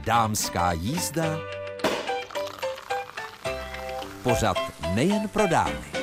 Dámská jízda, pořad nejen pro dámy.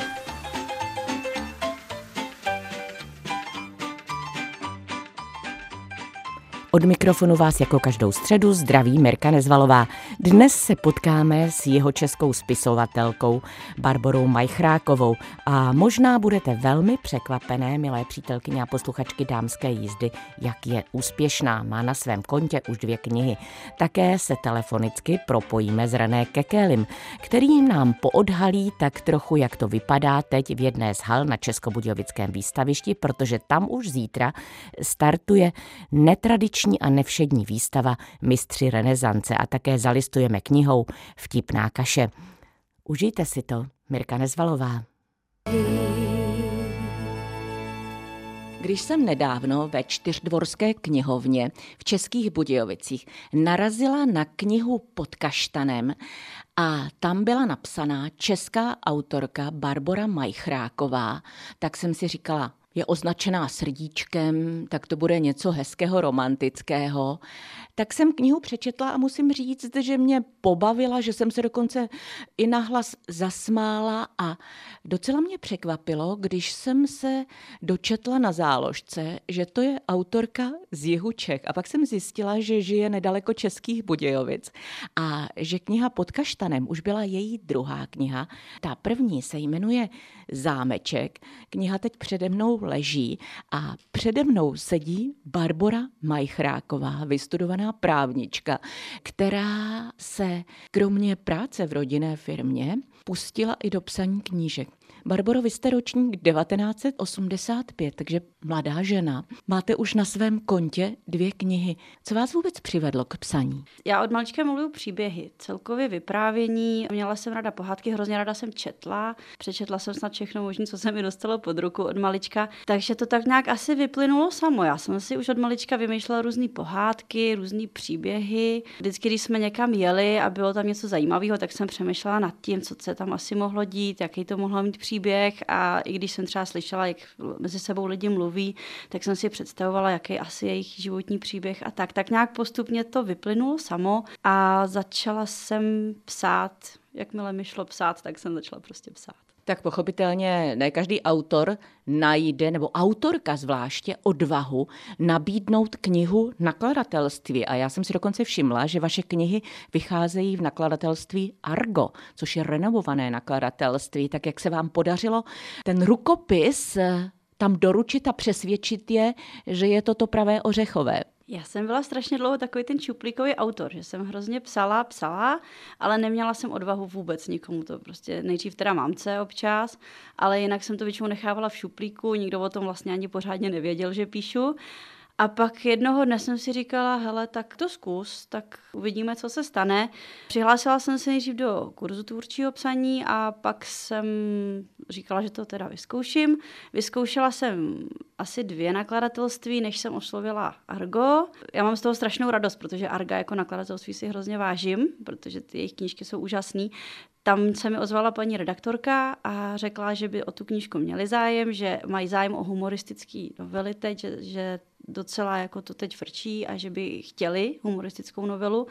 Od mikrofonu vás jako každou středu zdraví Mirka Nezvalová. Dnes se potkáme s jihočeskou spisovatelkou Barborou Majchrákovou a možná budete velmi překvapené, milé přítelkyně a posluchačky Dámské jízdy, jak je úspěšná. Má na svém kontě už 2 knihy. Také se telefonicky propojíme s René Kekelim, který nám poodhalí tak trochu, jak to vypadá teď v jedné z hal na Českobudějovickém výstavišti, protože tam už zítra startuje netradiční a nevšední výstava Mistři renesance a také zalistujeme knihou Vtipná kaše. Užijte si to, Mirka Nezvalová. Když jsem nedávno ve Čtyřdvorské knihovně v Českých Budějovicích narazila na knihu Pod kaštanem a tam byla napsaná česká autorka Barbora Majchráková, tak jsem si říkala, je označená srdíčkem, tak to bude něco hezkého, romantického. Tak jsem knihu přečetla a musím říct, že mě pobavila, že jsem se dokonce i nahlas zasmála a docela mě překvapilo, když jsem se dočetla na záložce, že to je autorka z jihu Čech. A pak jsem zjistila, že žije nedaleko Českých Budějovic a že kniha Pod kaštanem už byla její druhá kniha. Ta první se jmenuje Zámeček. Kniha teď přede mnou leží a přede mnou sedí Barbora Majchráková, vystudovaná právnička, která se kromě práce v rodinné firmě pustila i do psaní knížek. Barboro, vy jste ročník 1985, takže mladá žena. Máte už na svém kontě 2 knihy. Co vás vůbec přivedlo k psaní? Já od malička miluju příběhy, celkově vyprávění. Měla jsem ráda pohádky, hrozně ráda jsem četla. Přečetla jsem snad všechno možné, co se mi dostalo pod ruku od malička. Takže to tak nějak asi vyplynulo samo. Já jsem si už od malička vymýšlela různé pohádky, různé příběhy. Vždycky, když jsme někam jeli a bylo tam něco zajímavého, tak jsem přemýšlela nad tím, co se tam asi mohlo dít, jaký to mohlo mít příběh, a i když jsem třeba slyšela, jak mezi sebou lidi mluví, tak jsem si představovala, jaký asi jejich životní příběh a tak nějak postupně to vyplynulo samo a začala jsem psát. Jakmile mi šlo psát, tak jsem začala prostě psát. Tak pochopitelně ne každý autor najde, nebo autorka zvláště, odvahu nabídnout knihu nakladatelství. A já jsem si dokonce všimla, že vaše knihy vycházejí v nakladatelství Argo, což je renomované nakladatelství. Tak jak se vám podařilo ten rukopis tam doručit a přesvědčit je, že je to pravé ořechové? Já jsem byla strašně dlouho takový ten šuplíkový autor, že jsem hrozně psala, ale neměla jsem odvahu vůbec nikomu to prostě, nejdřív teda mamce občas, ale jinak jsem to většinou nechávala v šuplíku, nikdo o tom vlastně ani pořádně nevěděl, že píšu. A pak jednoho dne jsem si říkala, hele, tak to zkus, tak uvidíme, co se stane. Přihlásila jsem se nejdřív do kurzu tvůrčího psaní a pak jsem říkala, že to teda vyzkouším. Vyzkoušela jsem asi 2 nakladatelství, než jsem oslovila Argo. Já mám z toho strašnou radost, protože Arga jako nakladatelství si hrozně vážím, protože ty jejich knížky jsou úžasný. Tam se mi ozvala paní redaktorka a řekla, že by o tu knížku měli zájem, že mají zájem o humoristický novely teď, že docela jako to teď frčí a že by chtěli humoristickou novelu.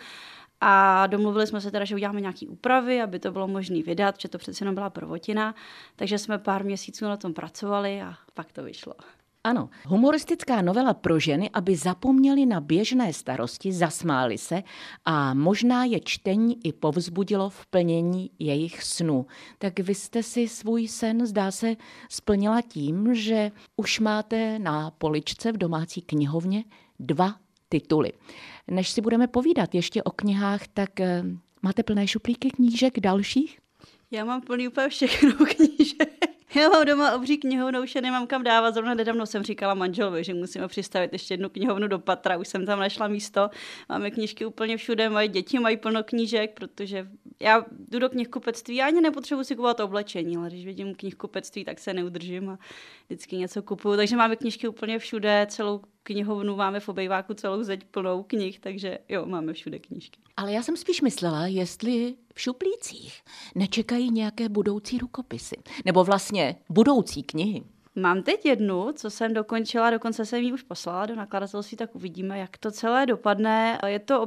A domluvili jsme se teda, že uděláme nějaké úpravy, aby to bylo možné vydat, že to přece jenom byla prvotina. Takže jsme pár měsíců na tom pracovali a pak to vyšlo. Ano, humoristická novela pro ženy, aby zapomněli na běžné starosti, zasmáli se a možná je čtení i povzbudilo v plnění jejich snů. Tak vy jste si svůj sen, zdá se, splnila tím, že už máte na poličce v domácí knihovně 2 tituly. Než si budeme povídat ještě o knihách, tak máte plné šuplíky knížek dalších? Já mám plný úplně všechno knížek. Já mám doma obří knihovnu, už je nemám kam dávat. Zrovna nedávno jsem říkala manželovi, že musíme přistavit ještě 1 knihovnu do patra. Už jsem tam našla místo. Máme knížky úplně všude, moje děti mají plno knížek, protože já jdu do knihkupectví. Já ani nepotřebuji si kupovat oblečení, ale když vidím knihkupectví, tak se neudržím a vždycky něco kupuju. Takže máme knížky úplně všude, celou knihovnu máme v obejváku celou zeď plnou knih, takže jo, máme všude knížky. Ale já jsem spíš myslela, jestli v šuplících nečekají nějaké budoucí rukopisy, nebo vlastně budoucí knihy. Mám teď jednu, co jsem dokončila, dokonce jsem ji už poslala do nakladatelství, tak uvidíme, jak to celé dopadne. Je to opět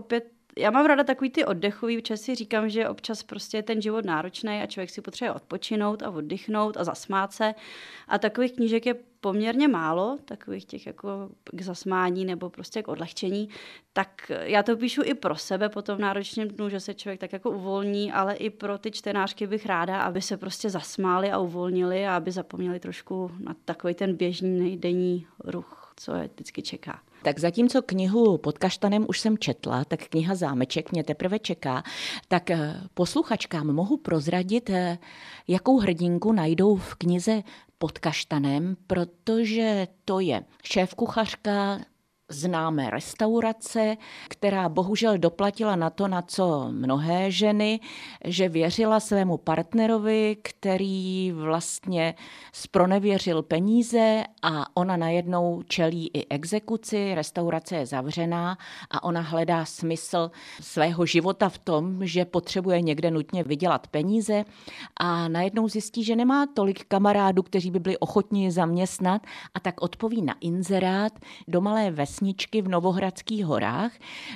Já mám ráda takový ty oddechový, včas si říkám, že občas prostě je ten život náročný a člověk si potřebuje odpočinout a oddychnout a zasmát se. A takových knížek je poměrně málo, takových těch jako k zasmání nebo prostě k odlehčení. Tak já to píšu i pro sebe po tom náročném dnu, že se člověk tak jako uvolní, ale i pro ty čtenářky bych ráda, aby se prostě zasmáli a uvolnili a aby zapomněli trošku na takový ten běžný denní ruch, co je vždycky čeká. Tak zatímco knihu Pod kaštanem už jsem četla, tak kniha Zámeček mě teprve čeká, tak posluchačkám mohu prozradit, jakou hrdinku najdou v knize Pod kaštanem, protože to je šéfkuchařka známé restaurace, která bohužel doplatila na to, na co mnohé ženy, že věřila svému partnerovi, který vlastně zpronevěřil peníze a ona najednou čelí i exekuci, restaurace je zavřená a ona hledá smysl svého života v tom, že potřebuje někde nutně vydělat peníze a najednou zjistí, že nemá tolik kamarádů, kteří by byli ochotní ji zaměstnat a tak odpoví na inzerát do malé vesničky v Novohradských horách,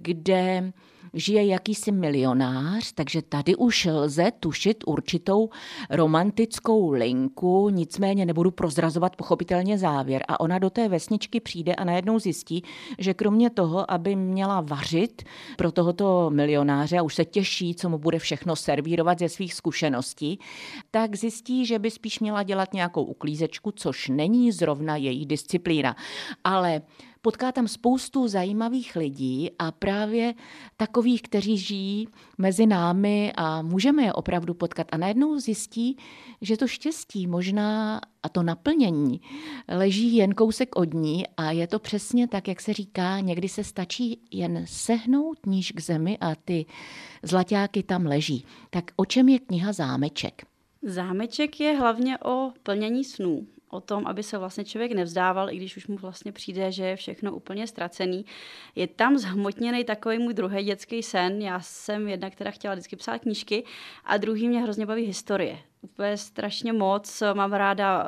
kde žije jakýsi milionář, takže tady už lze tušit určitou romantickou linku, nicméně nebudu prozrazovat pochopitelně závěr. A ona do té vesničky přijde a najednou zjistí, že kromě toho, aby měla vařit pro tohoto milionáře a už se těší, co mu bude všechno servírovat ze svých zkušeností, tak zjistí, že by spíš měla dělat nějakou uklízečku, což není zrovna její disciplína. Ale potká tam spoustu zajímavých lidí a právě takových, kteří žijí mezi námi a můžeme je opravdu potkat. A najednou zjistí, že to štěstí možná a to naplnění leží jen kousek od ní a je to přesně tak, jak se říká, někdy se stačí jen sehnout níž k zemi a ty zlaťáky tam leží. Tak o čem je kniha Zámeček? Zámeček je hlavně o plnění snů. O tom, aby se vlastně člověk nevzdával, i když už mu vlastně přijde, že je všechno úplně ztracený. Je tam zhmotněný takový můj druhý dětský sen. Já jsem jedna, která chtěla vždycky psát knížky a druhý mě hrozně baví historie. Úplně strašně moc. Mám ráda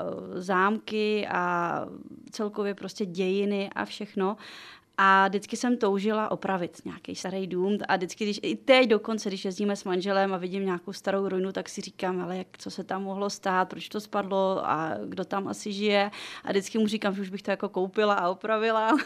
zámky a celkově prostě dějiny a všechno. A vždycky jsem toužila opravit nějaký starý dům a vždycky, i teď dokonce, když jezdíme s manželem a vidím nějakou starou ruinu, tak si říkám, ale co se tam mohlo stát, proč to spadlo a kdo tam asi žije. A vždycky mu říkám, že už bych to jako koupila a opravila.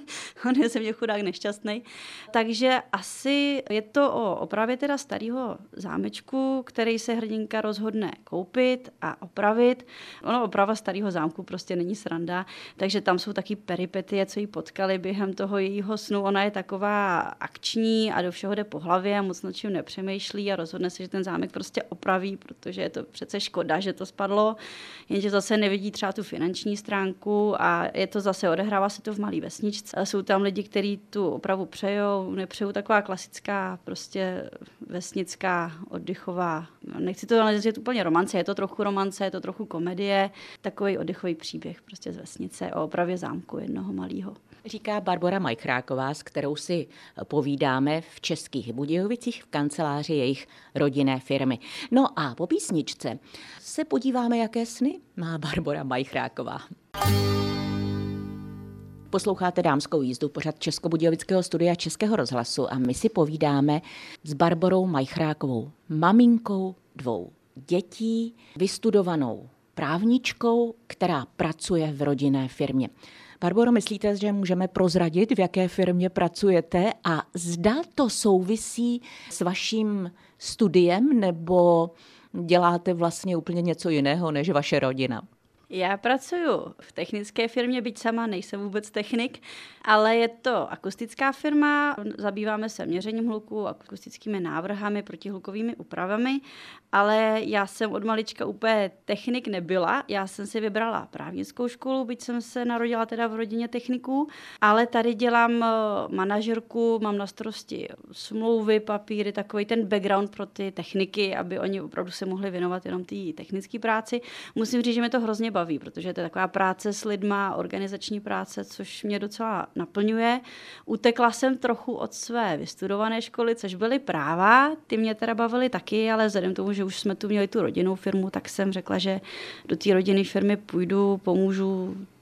On je ze mě chudák nešťastný. Takže asi je to o opravě teda starého zámečku, který se hrdinka rozhodne koupit a opravit. Ono oprava starého zámku prostě není sranda, takže tam jsou taky peripetie, co jí potkali během toho jejího snu. Ona je taková akční a do všeho jde po hlavě a moc nad čím nepřemýšlí a rozhodne se, že ten zámek prostě opraví, protože je to přece škoda, že to spadlo, jenže zase nevidí třeba tu finanční stránku a je to zase, odehrává se to v malé vesničce. A jsou tam lidi, kteří tu opravu přejou, nepřejou, taková klasická prostě vesnická, oddychová. Nechci to nazvat úplně romance, je to trochu romance, je to trochu komedie, takový oddychový příběh prostě z vesnice o opravě zámku jednoho malého. Říká Barbora Majchráková, s kterou si povídáme v Českých Budějovicích v kanceláři jejich rodinné firmy. No a po písničce se podíváme, jaké sny má Barbora Majchráková. Posloucháte Dámskou jízdu, pořad Českobudějovického studia Českého rozhlasu a my si povídáme s Barborou Majchrákovou, maminkou 2 dětí, vystudovanou právničkou, která pracuje v rodinné firmě. Barboro, myslíte, že můžeme prozradit, v jaké firmě pracujete a zda to souvisí s vaším studiem nebo děláte vlastně úplně něco jiného než vaše rodina? Já pracuji v technické firmě, byť sama nejsem vůbec technik, ale je to akustická firma, zabýváme se měřením hluku, akustickými návrhami, protihlukovými úpravami, ale já jsem od malička úplně technik nebyla, já jsem si vybrala právnickou školu, byť jsem se narodila teda v rodině techniků, ale tady dělám manažerku, mám na starosti smlouvy, papíry, takový ten background pro ty techniky, aby oni opravdu se mohli věnovat jenom té technické práci. Musím říct, že mě to hrozně baví, protože to je taková práce s lidma, organizační práce, což mě docela naplňuje. Utekla jsem trochu od své vystudované školy, což byly práva, ty mě teda bavily taky, ale vzhledem k tomu, že už jsme tu měli tu rodinnou firmu, tak jsem řekla, že do té rodinné firmy půjdu, pomůžu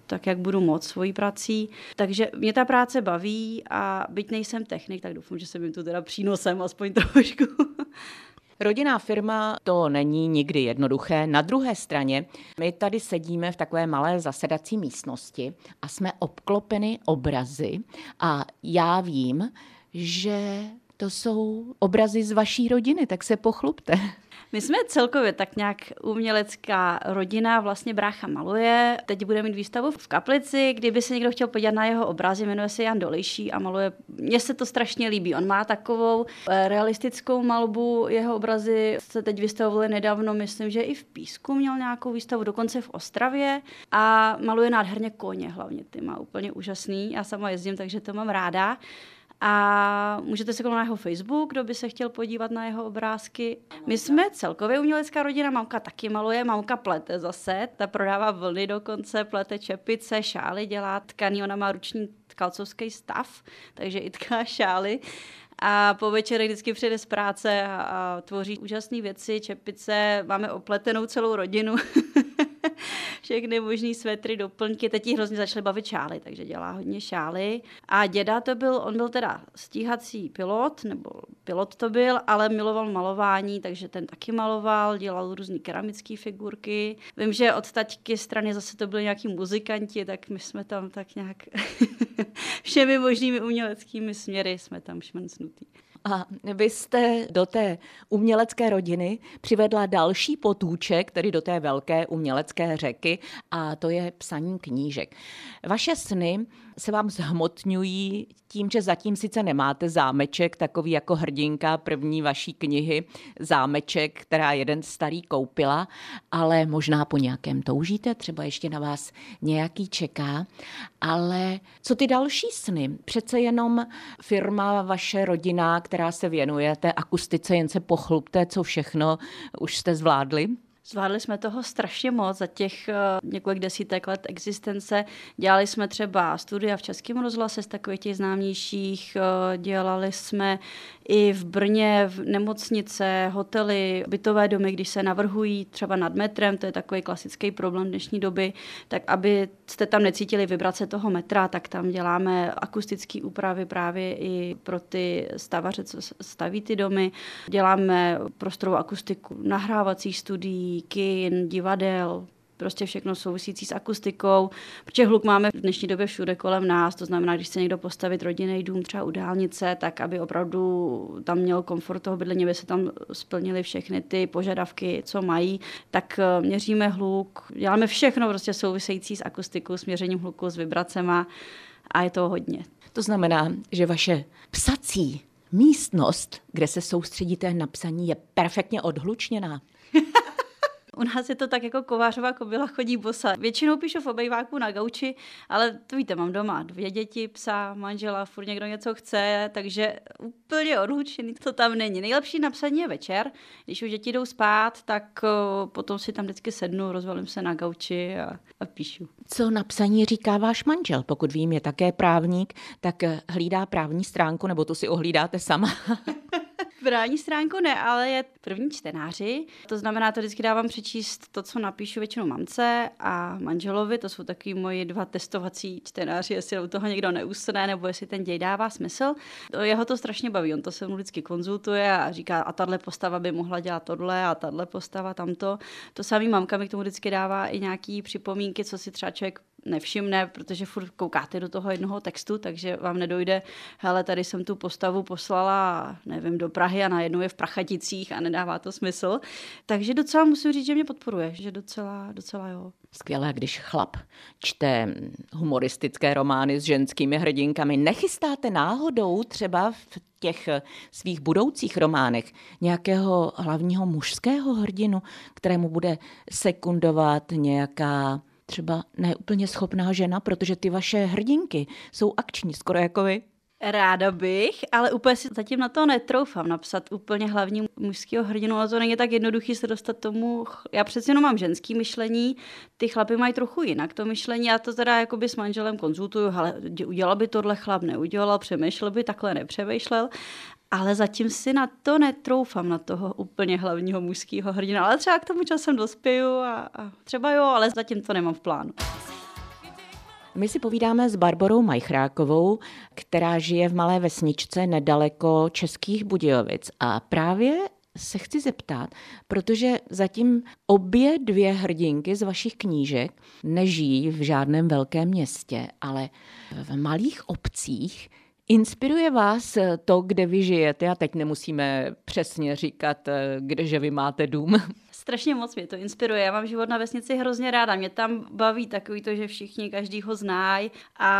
tak, jak budu moct svojí prací. Takže mě ta práce baví a byť nejsem technik, tak doufám, že jsem jim tu teda přínosem aspoň trošku. Rodinná firma, to není nikdy jednoduché. Na druhé straně, my tady sedíme v takové malé zasedací místnosti a jsme obklopeny obrazy a já vím, že to jsou obrazy z vaší rodiny, tak se pochlubte. My jsme celkově tak nějak umělecká rodina, vlastně brácha maluje. Teď bude mít výstavu v Kaplici, kdyby se někdo chtěl podívat na jeho obrazy, jmenuje se Jan Dolejší a maluje. Mně se to strašně líbí. On má takovou realistickou malbu, jeho obrazy se teď vystavovaly nedávno, myslím, že i v Písku měl nějakou výstavu, dokonce v Ostravě a maluje nádherně koně hlavně, ty má úplně úžasný. Já sama jezdím, takže to mám ráda. A můžete se kouknout na jeho Facebook, kdo by se chtěl podívat na jeho obrázky. My jsme celkově umělecká rodina, mamka taky maluje, mamka plete zase, ta prodává vlny dokonce, plete čepice, šály dělá tkaný, ona má ruční tkalcovský stav, takže i tká šály. A po večerech vždycky přijde z práce a tvoří úžasné věci, čepice, máme opletenou celou rodinu. Všechny možný svetry, doplňky. Teď jí hrozně začaly bavit šály, takže dělá hodně šály. A děda on byl teda stíhací pilot, nebo pilot to byl, ale miloval malování, takže ten taky maloval, dělal různý keramické figurky. Vím, že od taťky strany zase to byli nějaký muzikanti, tak my jsme tam tak nějak všemi možnými uměleckými směry jsme tam šmrncnutí. A vy jste do té umělecké rodiny přivedla další potůček, tedy do té velké umělecké řeky, a to je psaní knížek. Vaše sny se vám zhmotňují tím, že zatím sice nemáte zámeček, takový jako hrdinka první vaší knihy, zámeček, která jeden starý koupila, ale možná po nějakém toužíte, třeba ještě na vás nějaký čeká. Ale co ty další sny? Přece jenom firma, vaše rodina, která se věnuje té akustice, jen se pochlubte, co všechno už jste zvládli? Zvládli jsme toho strašně moc za těch několik desítek let existence. Dělali jsme třeba studia v Českém rozhlase z takových těch známějších, dělali jsme i v Brně v nemocnice, hotely, bytové domy, když se navrhují třeba nad metrem, to je takový klasický problém dnešní doby, tak aby jste tam necítili vibrace toho metra, tak tam děláme akustické úpravy právě i pro ty stavaře, co staví ty domy. Děláme prostorovou akustiku nahrávacích studií, kin, divadel, prostě všechno souvisící s akustikou, protože hluk máme v dnešní době všude kolem nás, to znamená, když chce někdo postavit rodinný dům třeba u dálnice, tak aby opravdu tam měl komfort toho bydlení, aby se tam splnily všechny ty požadavky, co mají, tak měříme hluk, děláme všechno prostě související s akustikou, s měřením hluku, s vibracema a je to hodně. To znamená, že vaše psací místnost, kde se soustředíte na psaní, je perfektně odhlučněná. U nás je to tak jako kovářová kobyla chodí bosa. Většinou píšu v obejváku na gauči, ale to víte, mám doma 2 děti, psa, manžela, furt někdo něco chce, takže úplně odlučený to tam není. Nejlepší napsaní je večer, když už děti jdou spát, tak potom si tam vždycky sednu, rozvalím se na gauči a píšu. Co na psaní říká váš manžel? Pokud vím, je také právník, tak hlídá právní stránku, nebo to si ohlídáte sama? Právní stránku ne, ale je první čtenáři. To znamená, to vždycky dávám přečíst to, co napíšu většinou mamce a manželovi. To jsou takový moji 2 testovací čtenáři, jestli u toho někdo neusne, nebo jestli ten děj dává smysl. Jeho to strašně baví, on to se mnou vždycky konzultuje a říká, a tahle postava by mohla dělat tohle a tahle postava tamto. To samý mamka mi k tomu vždycky dává i nějaký připomínky, co si třeba člověk nevšimne, protože furt koukáte do toho jednoho textu, takže vám nedojde, hele, tady jsem tu postavu poslala, nevím, do Prahy a najednou je v Prachaticích a nedává to smysl. Takže docela musím říct, že mě podporuje, že docela jo. Skvělé, když chlap čte humoristické romány s ženskými hrdinkami. Nechystáte náhodou třeba v těch svých budoucích románech nějakého hlavního mužského hrdinu, kterému bude sekundovat nějaká třeba neúplně schopná žena, protože ty vaše hrdinky jsou akční, skoro jako vy? Ráda bych, ale úplně si zatím na to netroufám napsat úplně hlavní mužského hrdinu, ale to není tak jednoduchý se dostat tomu. Já přeci jenom mám ženský myšlení, ty chlapy mají trochu jinak to myšlení, já to teda jakoby s manželem konzultuju, ale udělal by tohle chlap, neudělal, přemýšlel by, takhle nepřemýšlel. Ale zatím si na to netroufám, na toho úplně hlavního mužského hrdina. Ale třeba k tomu časem dospěju a třeba jo, ale zatím to nemám v plánu. My si povídáme s Barborou Majchrákovou, která žije v malé vesničce nedaleko Českých Budějovic. A právě se chci zeptat, protože zatím obě dvě hrdinky z vašich knížek nežijí v žádném velkém městě, ale v malých obcích. Inspiruje vás to, kde vy žijete? A teď nemusíme přesně říkat, kdeže vy máte dům. Strašně moc mě to inspiruje. Já mám život na vesnici hrozně ráda. Mě tam baví takový to, že všichni každýho znají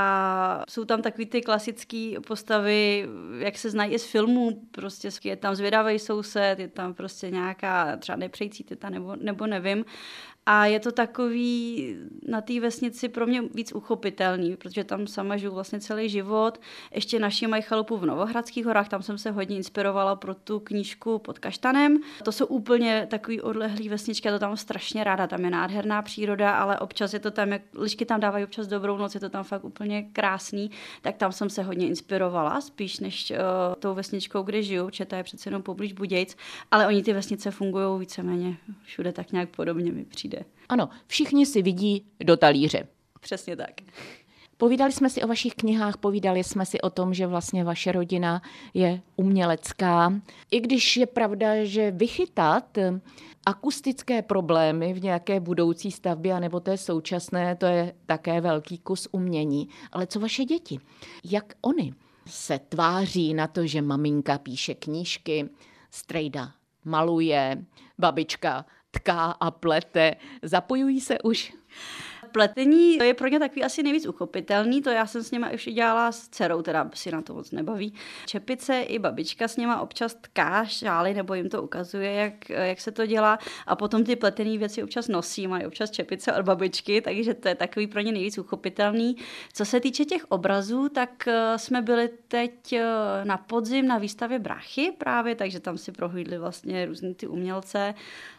a jsou tam takový ty klasické postavy, jak se znají i z filmů. Prostě je tam zvědavý soused, je tam prostě nějaká třeba nepřející teta nebo nevím. A je to takový na té vesnici pro mě víc uchopitelný, protože tam sama žiju vlastně celý život. Ještě naši mají chalupu v Novohradských horách, tam jsem se hodně inspirovala pro tu knížku Pod kaštanem. To jsou úplně takový odlehlý vesničky, já to tam strašně ráda, tam je nádherná příroda, ale občas je to tam, jak lišky tam dávají občas dobrou noc, je to tam fakt úplně krásný, tak tam jsem se hodně inspirovala, spíš než tou vesničkou, kde žiju, protože ta je přece jenom poblíž Budějc, ale oni ty vesnice fungují víceméně všude tak nějak podobně mi přijde. Ano, všichni si vidí do talíře. Přesně tak. Povídali jsme si o vašich knihách, povídali jsme si o tom, že vlastně vaše rodina je umělecká. I když je pravda, že vychytat akustické problémy v nějaké budoucí stavbě anebo té současné, to je také velký kus umění. Ale co vaše děti? Jak oni se tváří na to, že maminka píše knížky, strejda maluje, babička tká a plete? Zapojují se už? Pletení, to je pro ně takový asi nejvíc uchopitelný, to já jsem s něma už i dělala s dcerou, teda si na to moc nebaví. Čepice i babička s něma občas tká šály, nebo jim to ukazuje, jak se to dělá a potom ty pletené věci občas nosí, mají občas čepice od babičky, takže to je takový pro ně nejvíc uchopitelný. Co se týče těch obrazů, tak jsme byli teď na podzim na výstavě Bráchy právě, takže tam si prohlídli vlastně různý ty umělce.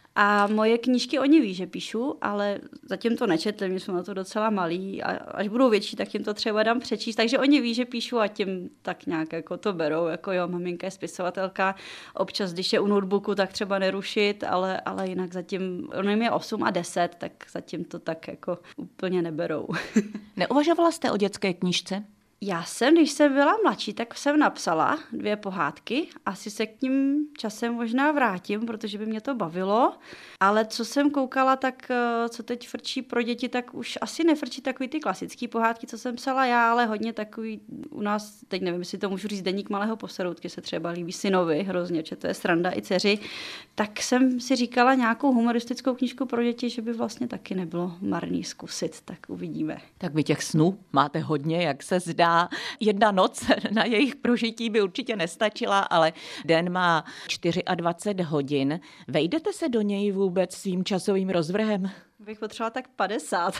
A moje knížky oni ví, že píšu, ale zatím to nečetli, my jsme na to docela malí a až budou větší, tak jim to třeba dám přečíst. Takže oni ví, že píšu a tím tak nějak jako to berou, jako jo, maminka je spisovatelka, občas, když je u notebooku, tak třeba nerušit, ale jinak zatím, ono jim je 8 a 10, tak zatím to tak jako úplně neberou. Neuvažovala jste o dětské knížce? Já jsem, když jsem byla mladší, tak jsem napsala 2 pohádky. Asi se k ním časem možná vrátím, protože by mě to bavilo. Ale co jsem koukala, tak co teď frčí pro děti, tak už asi nefrčí takový ty klasický pohádky, co jsem psala já, ale hodně takový u nás, teď nevím, jestli to můžu říct, Deník malého poseroutky se třeba líbí synovi hrozně, že to je sranda i dceři. Tak jsem si říkala nějakou humoristickou knížku pro děti, že by vlastně taky nebylo marný zkusit, tak uvidíme. Tak vy těch snů máte hodně, jak se zdá. Jedna noc na jejich prožití by určitě nestačila, ale den má 24 hodin. Vejdete se do něj vůbec svým časovým rozvrhem? Bych potřebovala tak 50.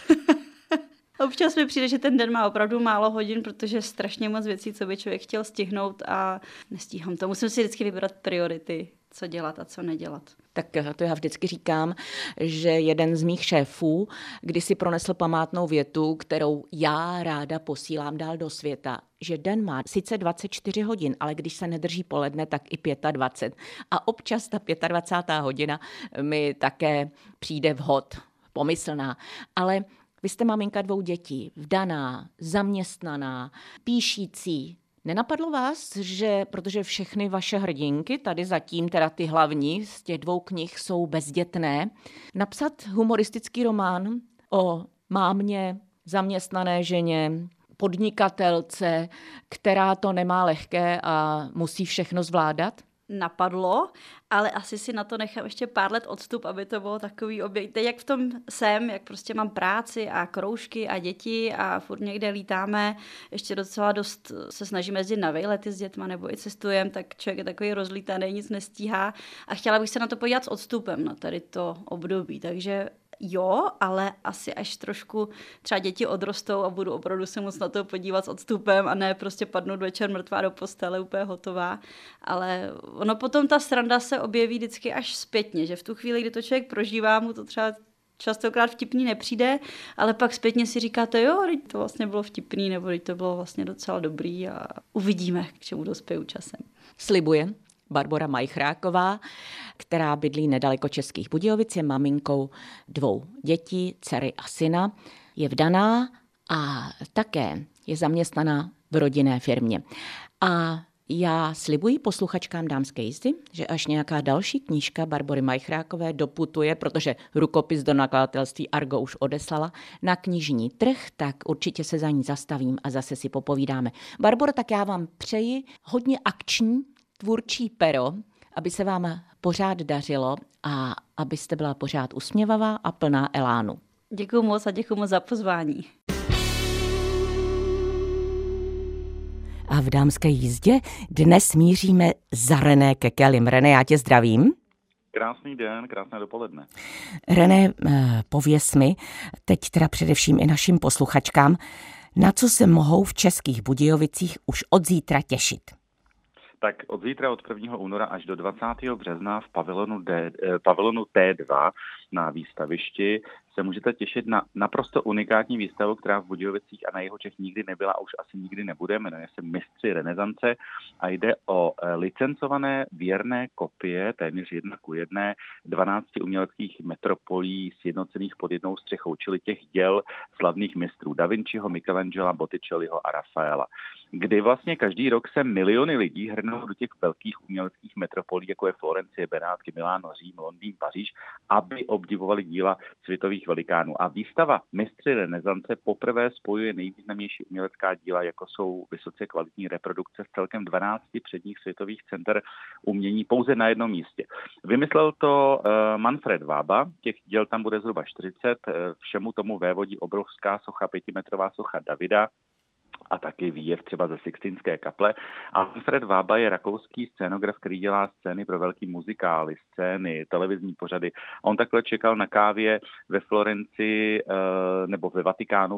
Občas mi přijde, že ten den má opravdu málo hodin, protože je strašně moc věcí, co by člověk chtěl stihnout a nestíhám to. Musím si vždycky vybrat priority, co dělat a co nedělat. Tak to já vždycky říkám, že jeden z mých šéfů kdysi pronesl památnou větu, kterou já ráda posílám dál do světa, že den má sice 24 hodin, ale když se nedrží poledne, tak i 25. A občas ta 25. hodina mi také přijde vhod, pomyslná. Ale vy jste maminka 2 dětí, vdaná, zaměstnaná, píšící. Nenapadlo vás, že protože všechny vaše hrdinky, tady zatím teda ty hlavní z těch 2 knih jsou bezdětné, napsat humoristický román o mámě, zaměstnané ženě, podnikatelce, která to nemá lehké a musí všechno zvládat? Napadlo, ale asi si na to nechám ještě pár let odstup, aby to bylo takový oběť. Teď jak v tom jsem, jak prostě mám práci a kroužky a děti a furt někde lítáme, ještě docela dost se snažíme jezdit na vejlety s dětma nebo i cestujeme, tak člověk je takový rozlítaný, nic nestíhá a chtěla bych se na to podívat s odstupem na tady to období, takže jo, ale asi až trošku třeba děti odrostou a budu opravdu se moc na to podívat s odstupem a ne prostě padnout večer mrtvá do postele, úplně hotová. Ale ono potom ta sranda se objeví vždycky až zpětně, že v tu chvíli, kdy to člověk prožívá, mu to třeba častokrát vtipný nepřijde, ale pak zpětně si říkáte, jo, to vlastně bylo vtipný, nebo to bylo vlastně docela dobrý a uvidíme, k čemu dospěju časem. Slibuje Barbora Majchráková, která bydlí nedaleko Českých Budějovic, je maminkou 2 dětí, dcery a syna, je vdaná a také je zaměstnaná v rodinné firmě. A já slibuji posluchačkám Dámské jízdy, že až nějaká další knížka Barbory Majchrákové doputuje, protože rukopis do nakladatelství Argo už odeslala, na knižní trh, tak určitě se za ní zastavím a zase si popovídáme. Barboro, tak já vám přeji hodně akční, tvůrčí pero, aby se vám pořád dařilo a abyste byla pořád usměvavá a plná elánu. Děkuju moc a děkuju moc za pozvání. A v Dámské jízdě dnes míříme za René Kekelim. René, já tě zdravím. Krásný den, krásné dopoledne. René, pověz mi, teď teda především i našim posluchačkám, na co se mohou v Českých Budějovicích už od zítra těšit. Tak od zítra, od 1. února až do 20. března v pavilonu T2 na výstavišti se můžete těšit na naprosto unikátní výstavu, která v Budějovicích a na Jihočech nikdy nebyla a už asi nikdy nebude. Jmenuje se Mistři renesance a jde o licencované věrné kopie, téměř 1:1, 12 uměleckých metropolí sjednocených pod jednou střechou, čili těch děl slavných mistrů Da Vinciho, Michelangela, Botticelliho a Rafaela. Kdy vlastně každý rok se miliony lidí hrnou do těch velkých uměleckých metropolí, jako je Florencie, Benátky, Miláno, Řím, Londýn, Paříž, aby obdivovali díla světových velikánů. A výstava Mistři renesance poprvé spojuje nejvýznamnější umělecká díla, jako jsou vysoce kvalitní reprodukce z celkem 12 předních světových center umění pouze na jednom místě. Vymyslel to Manfred Vába, těch děl tam bude zhruba 40, všemu tomu vévodí obrovská socha, 5metrová socha Davida, a taky výjev třeba ze Sixtinské kaple. A Manfred Vába je rakouský scénograf, který dělá scény pro velký muzikály, scény, televizní pořady. A on takhle čekal na kávě ve Florencii, nebo ve Vatikánu,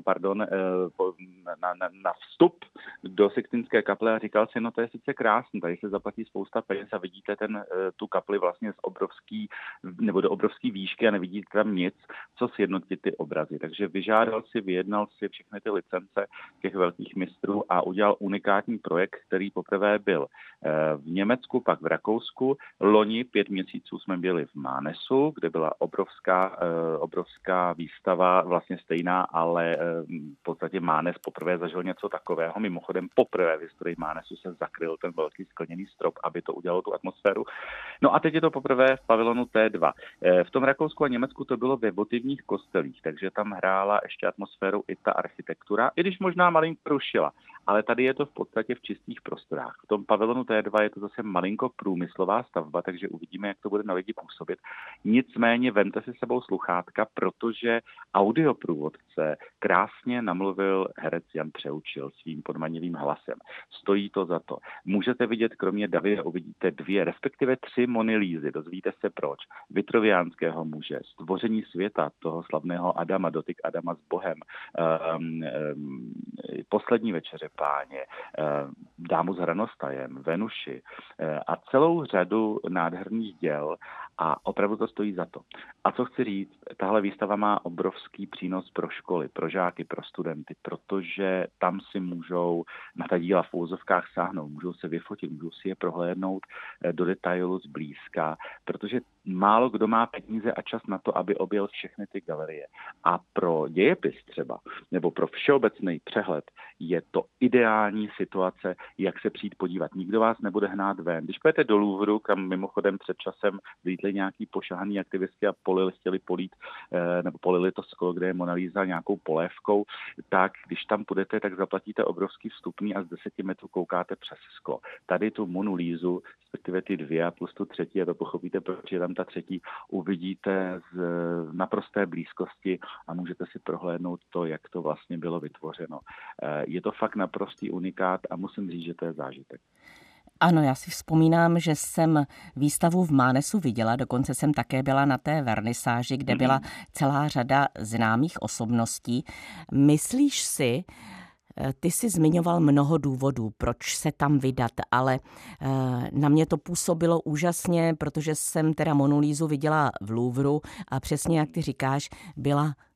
na vstup do Sixtinské kaple a říkal si, no to je sice krásný, tady se zaplatí spousta peněz a vidíte tu kapli vlastně do obrovský výšky a nevidíte tam nic, co sjednotit ty obrazy. Takže vyjednal si všechny ty licence těch velkých mistrů a udělal unikátní projekt, který poprvé byl v Německu, pak v Rakousku. Loni 5 měsíců jsme byli v Mánesu, kde byla obrovská výstava, vlastně stejná, ale v podstatě Mánes poprvé zažil něco takového. Mimochodem poprvé v historii Mánesu se zakryl ten velký skleněný strop, aby to udělalo tu atmosféru. No a teď je to poprvé v pavilonu T2. V tom Rakousku a Německu to bylo ve votivních kostelích, takže tam hrála ještě atmosféru i ta architektura, i když možná malinko rušila. Ale tady je to v podstatě v čistých prostorách. V tom pavilonu T2 je to zase malinko průmyslová stavba, takže uvidíme, jak to bude na lidi působit. Nicméně vemte si sebou sluchátka, protože audioprůvodce krásně namluvil herec Jan Přeučil svým podmanivým hlasem. Stojí to za to. Můžete vidět, kromě Davida uvidíte 2, respektive 3 Monilízy. Dozvíte se proč. Vitroviánského muže, stvoření světa, toho slavného Adama, dotyk Adama s Bohem, Poslední večeře Páně, Dámu s hranostajem, Venuši a celou řadu nádherných děl a opravdu to stojí za to. A co chci říct, tahle výstava má obrovský přínos pro školy, pro žáky, pro studenty, protože tam si můžou na ta díla v úvozovkách sáhnout, můžou se vyfotit, můžou si je prohlédnout do detailu zblízka, protože málo kdo má peníze a čas na to, aby objel všechny ty galerie. A pro dějepis třeba, nebo pro všeobecný přehled je to ideální situace, jak se přijít podívat. Nikdo vás nebude hnát ven. Když půjdete do Louvru, kam mimochodem před časem vlítli nějaký pošahaný aktivisti a chtěli polít, nebo polili to sklo, kde je Mona Lisa nějakou polévkou, tak když tam půjdete, tak zaplatíte obrovský vstupný a z 10 metrů koukáte přes sklo. Tady tu Monu Lisu, respektive ty 2 plus tu třetí, a to pochopíte, proč je tam ta třetí, uvidíte z naprosté blízkosti a můžete si prohlédnout to, jak to vlastně bylo vytvořeno. Je to fakt naprostý unikát a musím říct, že to je zážitek. Ano, já si vzpomínám, že jsem výstavu v Mánesu viděla, dokonce jsem také byla na té vernisáži, kde byla celá řada známých osobností. Myslíš si, ty jsi zmiňoval mnoho důvodů, proč se tam vydat, ale na mě to působilo úžasně, protože jsem teda Monu Lisu viděla v Louvru a přesně jak ty říkáš, byla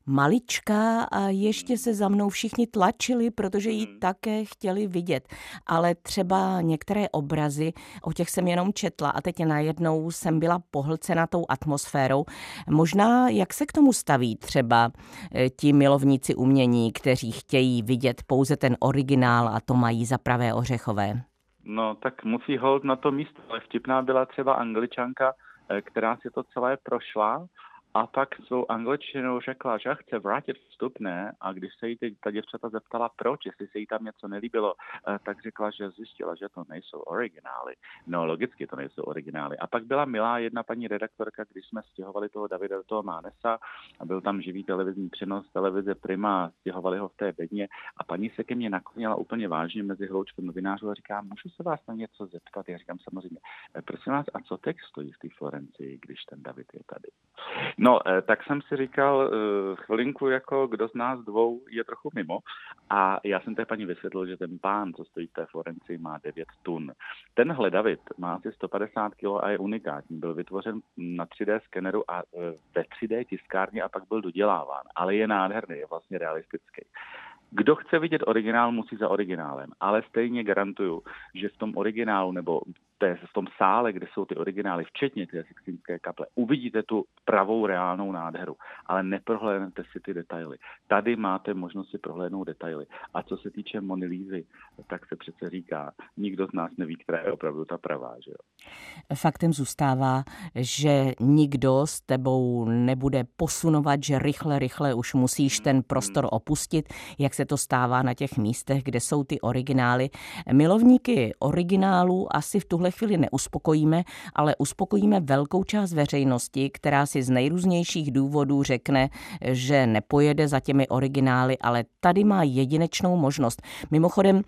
maličká a ještě se za mnou všichni tlačili, protože ji také chtěli vidět. Ale třeba některé obrazy, o těch jsem jenom četla a teď najednou jsem byla pohlcena tou atmosférou. Možná, jak se k tomu staví třeba ti milovníci umění, kteří chtějí vidět pouze ten originál a to mají za pravé ořechové? No, tak musí hold na to místo. Ale vtipná byla třeba Angličanka, která si to celé prošla a pak svou angličtinou řekla, že chce vrátit vstupné a když se jí ta děvčata zeptala proč, jestli se jí tam něco nelíbilo, tak řekla, že zjistila, že to nejsou originály. No logicky to nejsou originály. A pak byla milá jedna paní redaktorka, když jsme stěhovali toho Davida do toho Mánesa a byl tam živý televizní přenos televize Prima, stěhovali ho v té bedně a paní se ke mně naklonila úplně vážně mezi hloučkem novinářů a říká, můžu se vás na něco zeptat? Já říkám samozřejmě, prosím vás, a co text stojí v té Florencii, když ten David je tady? No, tak jsem si říkal chvilinku, jako kdo z nás dvou je trochu mimo a já jsem té paní vysvětlil, že ten pán, co stojí v té Florencii, má 9 tun. Tenhle David má asi 150 kg a je unikátní. Byl vytvořen na 3D skeneru a ve 3D tiskárně a pak byl doděláván, ale je nádherný, je vlastně realistický. Kdo chce vidět originál, musí za originálem, ale stejně garantuju, že v tom originálu nebo v tom sále, kde jsou ty originály, včetně té Sixtínské kaple, uvidíte tu pravou reálnou nádheru, ale neprohlédnete si ty detaily. Tady máte možnost si prohlédnout detaily. A co se týče Mony Lízy, tak se přece říká, nikdo z nás neví, která je opravdu ta pravá, že jo? Faktem zůstává, že nikdo s tebou nebude posunovat, že rychle už musíš ten prostor opustit, jak se to stává na těch místech, kde jsou ty originály. Milovníky originálů asi v tuhle chvíli neuspokojíme, ale uspokojíme velkou část veřejnosti, která si z nejrůznějších důvodů řekne, že nepojede za těmi originály, ale tady má jedinečnou možnost. Mimochodem,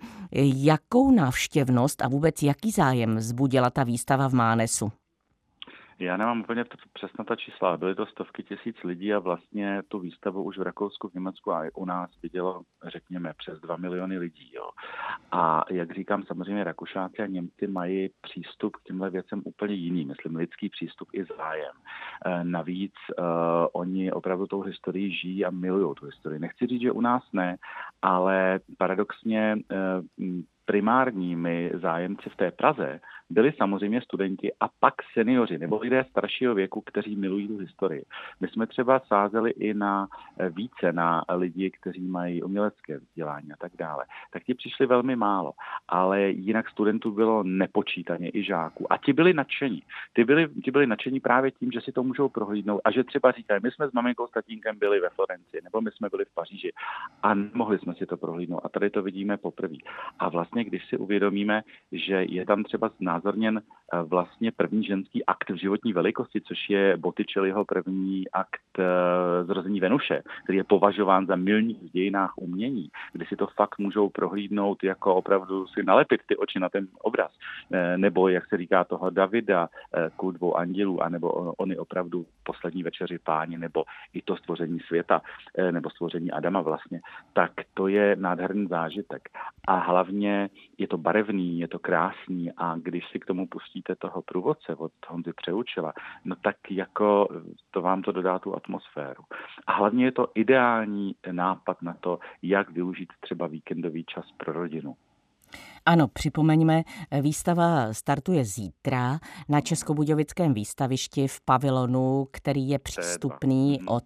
jakou návštěvnost a vůbec jaký zájem vzbudila ta výstava v Mánesu? Já nemám úplně přesně ta čísla. Byly to stovky tisíc lidí a vlastně tu výstavu už v Rakousku, v Německu a i u nás vidělo, řekněme, přes 2 miliony lidí. Jo. A jak říkám, samozřejmě Rakušáci a Němci mají přístup k těmhle věcem úplně jiný. Myslím, lidský přístup i zájem. Navíc oni opravdu tou historií žijí a milují tu historii. Nechci říct, že u nás ne, ale paradoxně primárními zájemci v té Praze byli samozřejmě studenti a pak seniori nebo lidé staršího věku, kteří milují tu historii. My jsme třeba sázeli i více na lidi, kteří mají umělecké vzdělání a tak dále. Tak ti přišli velmi málo, ale jinak studentů bylo nepočítaně i žáků. A ti byli nadšení. Ti byli nadšení právě tím, že si to můžou prohlídnout a že třeba říkají, my jsme s maminkou s tatínkem byli ve Florencii nebo my jsme byli v Paříži a mohli jsme si to prohlídnout. A tady to vidíme poprvé. A vlastně, když si uvědomíme, že je tam třeba znázorněn vlastně první ženský akt v životní velikosti, což je Botticelliho první akt Zrození Venuše, který je považován za milník v dějinách umění, kdy si to fakt můžou prohlídnout, jako opravdu si nalepit ty oči na ten obraz. Nebo, jak se říká, toho Davida, Kult 2 andělů, anebo oni opravdu Poslední večeři páni, nebo i to stvoření světa, nebo stvoření Adama vlastně, tak to je nádherný zážitek. A hlavně je to barevný, je to krásný a když si k tomu pustíte toho průvodce od Honzy Přeučila, no tak jako to vám to dodá tu atmosféru. A hlavně je to ideální nápad na to, jak využít třeba víkendový čas pro rodinu. Ano, připomeňme, výstava startuje zítra na Českobudějovickém výstavišti v pavilonu, který je přístupný od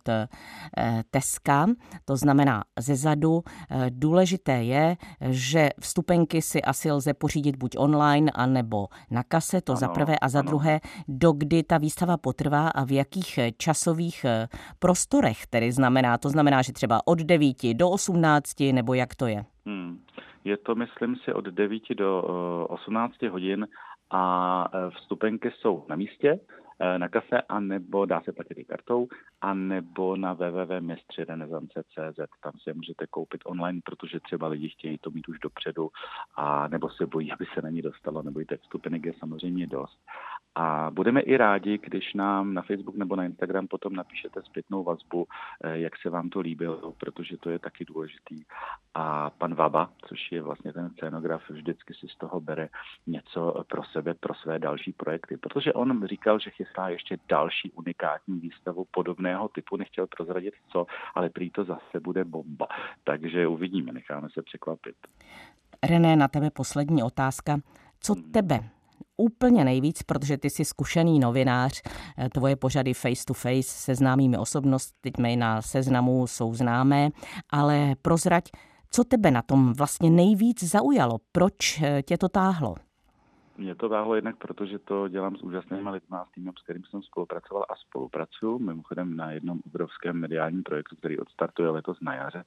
Teska, to znamená zezadu. Důležité je, že vstupenky si asi lze pořídit buď online, anebo na kase, to za prvé a za druhé, dokdy ta výstava potrvá a v jakých časových prostorech tedy znamená. To znamená, že třeba od 9 do 18, nebo jak to je? Je to, myslím si, od 9 do 18 hodin a vstupenky jsou na místě, na kase, anebo dá se platit i kartou, anebo na www.městřirenesance.cz. Tam si je můžete koupit online, protože třeba lidi chtějí to mít už dopředu, a nebo se bojí, aby se na ní dostalo, nebo i těch vstupenek je samozřejmě dost. A budeme i rádi, když nám na Facebook nebo na Instagram potom napíšete zpětnou vazbu, jak se vám to líbilo, protože to je taky důležitý. A pan Vaba, což je vlastně ten scénograf, vždycky si z toho bere něco pro sebe, pro své další projekty, protože on říkal, že chystá ještě další unikátní výstavu podobného typu, nechtěl prozradit co, ale prý to zase bude bomba. Takže uvidíme, necháme se překvapit. René, na tebe poslední otázka. Co tebe úplně nejvíc, protože ty jsi zkušený novinář, tvoje pořady face to face se známými osobnostmi na Seznamu jsou známé, ale prozrať, co tebe na tom vlastně nejvíc zaujalo? Proč tě to táhlo? Mě to táhlo jednak, protože to dělám s úžasnými lidmi, s týmem, s kterým jsem spolupracoval a spolupracuju, mimochodem na jednom obrovském mediálním projektu, který odstartuje letos na jaře,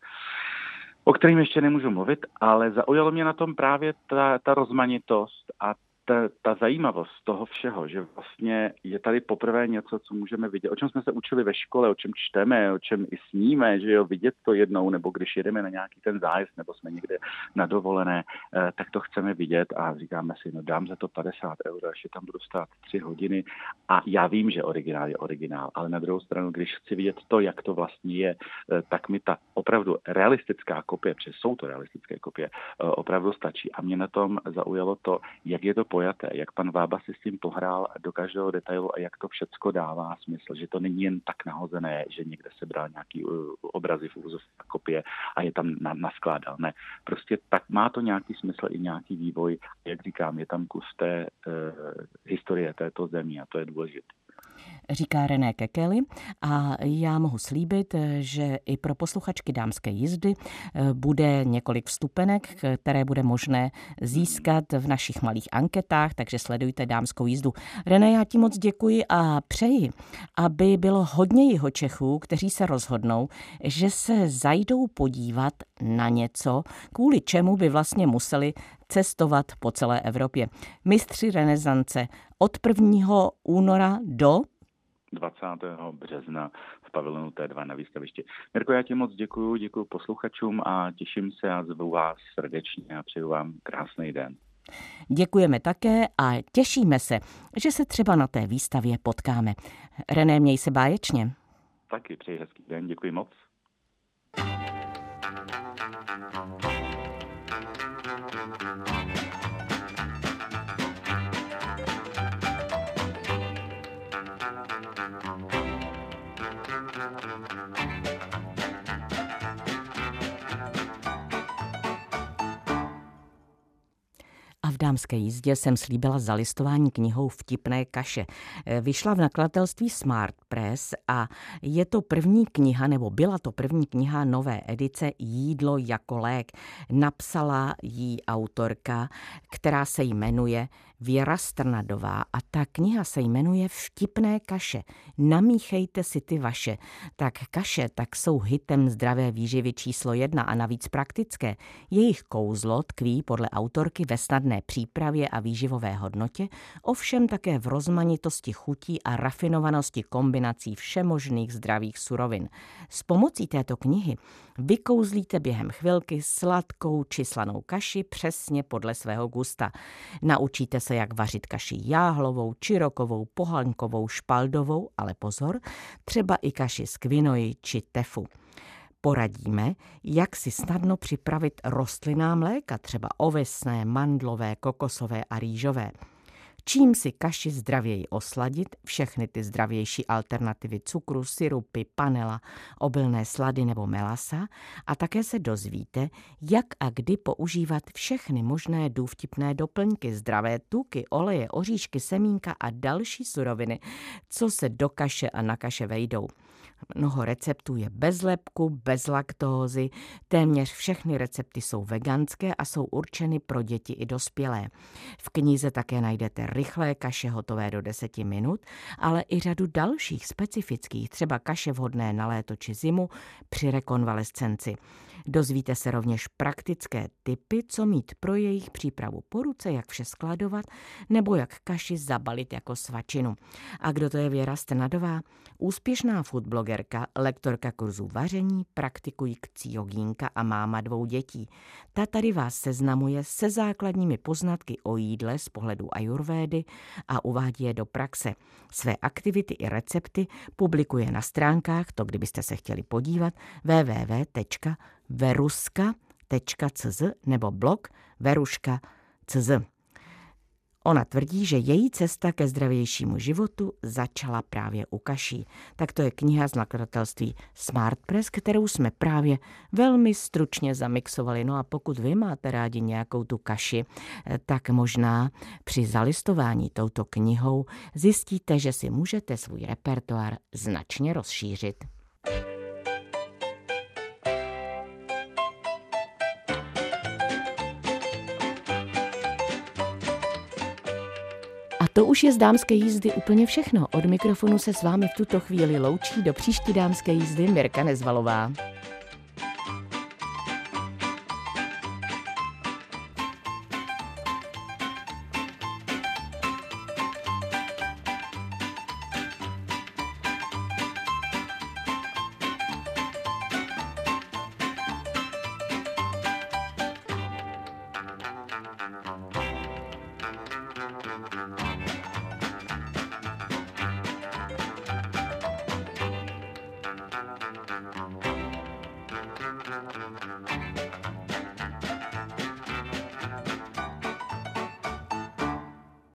o kterým ještě nemůžu mluvit, ale zaujalo mě na tom právě ta rozmanitost a ta zajímavost toho všeho, že vlastně je tady poprvé něco, co můžeme vidět, o čem jsme se učili ve škole, o čem čteme, o čem i sníme, že jo, vidět to jednou, nebo když jedeme na nějaký ten zájezd, nebo jsme někde na dovolené, tak to chceme vidět a říkáme si, no dám za to 50 €, až tam budu stát 3 hodiny a já vím, že originál je originál, ale na druhou stranu, když chci vidět to, jak to vlastně je, tak mi ta opravdu realistická kopie, protože jsou to realistické kopie, opravdu stačí a mě na tom zaujalo to, jak je to pojaté, jak pan Vába si s tím pohrál do každého detailu a jak to všecko dává smysl, že to není jen tak nahozené, že někde se bral nějaký obrazy v úvozovce kopie a je tam naskládal. Ne, prostě tak má to nějaký smysl i nějaký vývoj. Jak říkám, je tam kus té historie této země a to je důležité. Říká René Kekeli a já mohu slíbit, že i pro posluchačky Dámské jízdy bude několik vstupenek, které bude možné získat v našich malých anketách, takže sledujte Dámskou jízdu. René, já ti moc děkuji a přeji, aby bylo hodně Jihočechů, kteří se rozhodnou, že se zajdou podívat na něco, kvůli čemu by vlastně museli cestovat po celé Evropě. Mistři renesance od 1. února do 20. března v pavilonu T2 na výstavišti. Mirko, já ti moc děkuju posluchačům a těším se a zvu vás srdečně a přeju vám krásný den. Děkujeme také a těšíme se, že se třeba na té výstavě potkáme. René, měj se báječně. Taky přeji hezký den, děkuji moc. A v Dámské jízdě jsem slíbila zalistování knihou Vtipné kaše. Vyšla v nakladatelství Smart Press a je to první kniha, nebo byla to první kniha nové edice Jídlo jako lék. Napsala jí autorka, která se jmenuje Věra Strnadová a ta kniha se jmenuje Vtipné kaše. Namíchejte si ty vaše. Tak kaše tak jsou hitem zdravé výživy číslo 1 a navíc praktické. Jejich kouzlo tkví podle autorky ve snadné přípravě a výživové hodnotě, ovšem také v rozmanitosti chutí a rafinovanosti kombinací všemožných zdravých surovin. S pomocí této knihy vykouzlíte během chvilky sladkou či slanou kaši přesně podle svého gusta. Naučíte se, jak vařit kaši jáhlovou, čirokovou, pohankovou, špaldovou, ale pozor, třeba i kaši z kvinoji či tefu. Poradíme, jak si snadno připravit rostlinná mléka, třeba ovesné, mandlové, kokosové a rýžové. Čím si kaši zdravěji osladit, všechny ty zdravější alternativy cukru, sirupy, panela, obilné slady nebo melasa a také se dozvíte, jak a kdy používat všechny možné důvtipné doplňky, zdravé tuky, oleje, oříšky, semínka a další suroviny, co se do kaše a na kaše vejdou. Mnoho receptů je bez lepku, bez laktózy, téměř všechny recepty jsou veganské a jsou určeny pro děti i dospělé. V knize také najdete rychlé kaše hotové do 10 minut, ale i řadu dalších specifických, třeba kaše vhodné na léto či zimu při rekonvalescenci. Dozvíte se rovněž praktické tipy, co mít pro jejich přípravu po ruce, jak vše skladovat, nebo jak kaši zabalit jako svačinu. A kdo to je Věra Strnadová? Úspěšná foodblogerka, lektorka kurzů vaření, praktikující jogínka a máma 2 dětí. Ta tady vás seznamuje se základními poznatky o jídle z pohledu ajurvédy a uvádí je do praxe. Své aktivity i recepty publikuje na stránkách, to kdybyste se chtěli podívat, www.veruska.cz nebo blog veruška.cz. Ona tvrdí, že její cesta ke zdravějšímu životu začala právě u kaší. Tak to je kniha z nakladatelství Smart Press, kterou jsme právě velmi stručně zamixovali. No a pokud vy máte rádi nějakou tu kaši, tak možná při zalistování touto knihou zjistíte, že si můžete svůj repertoár značně rozšířit. A to už je z dámské jízdy úplně všechno. Od mikrofonu se s vámi v tuto chvíli loučí do příští dámské jízdy Mirka Nezvalová.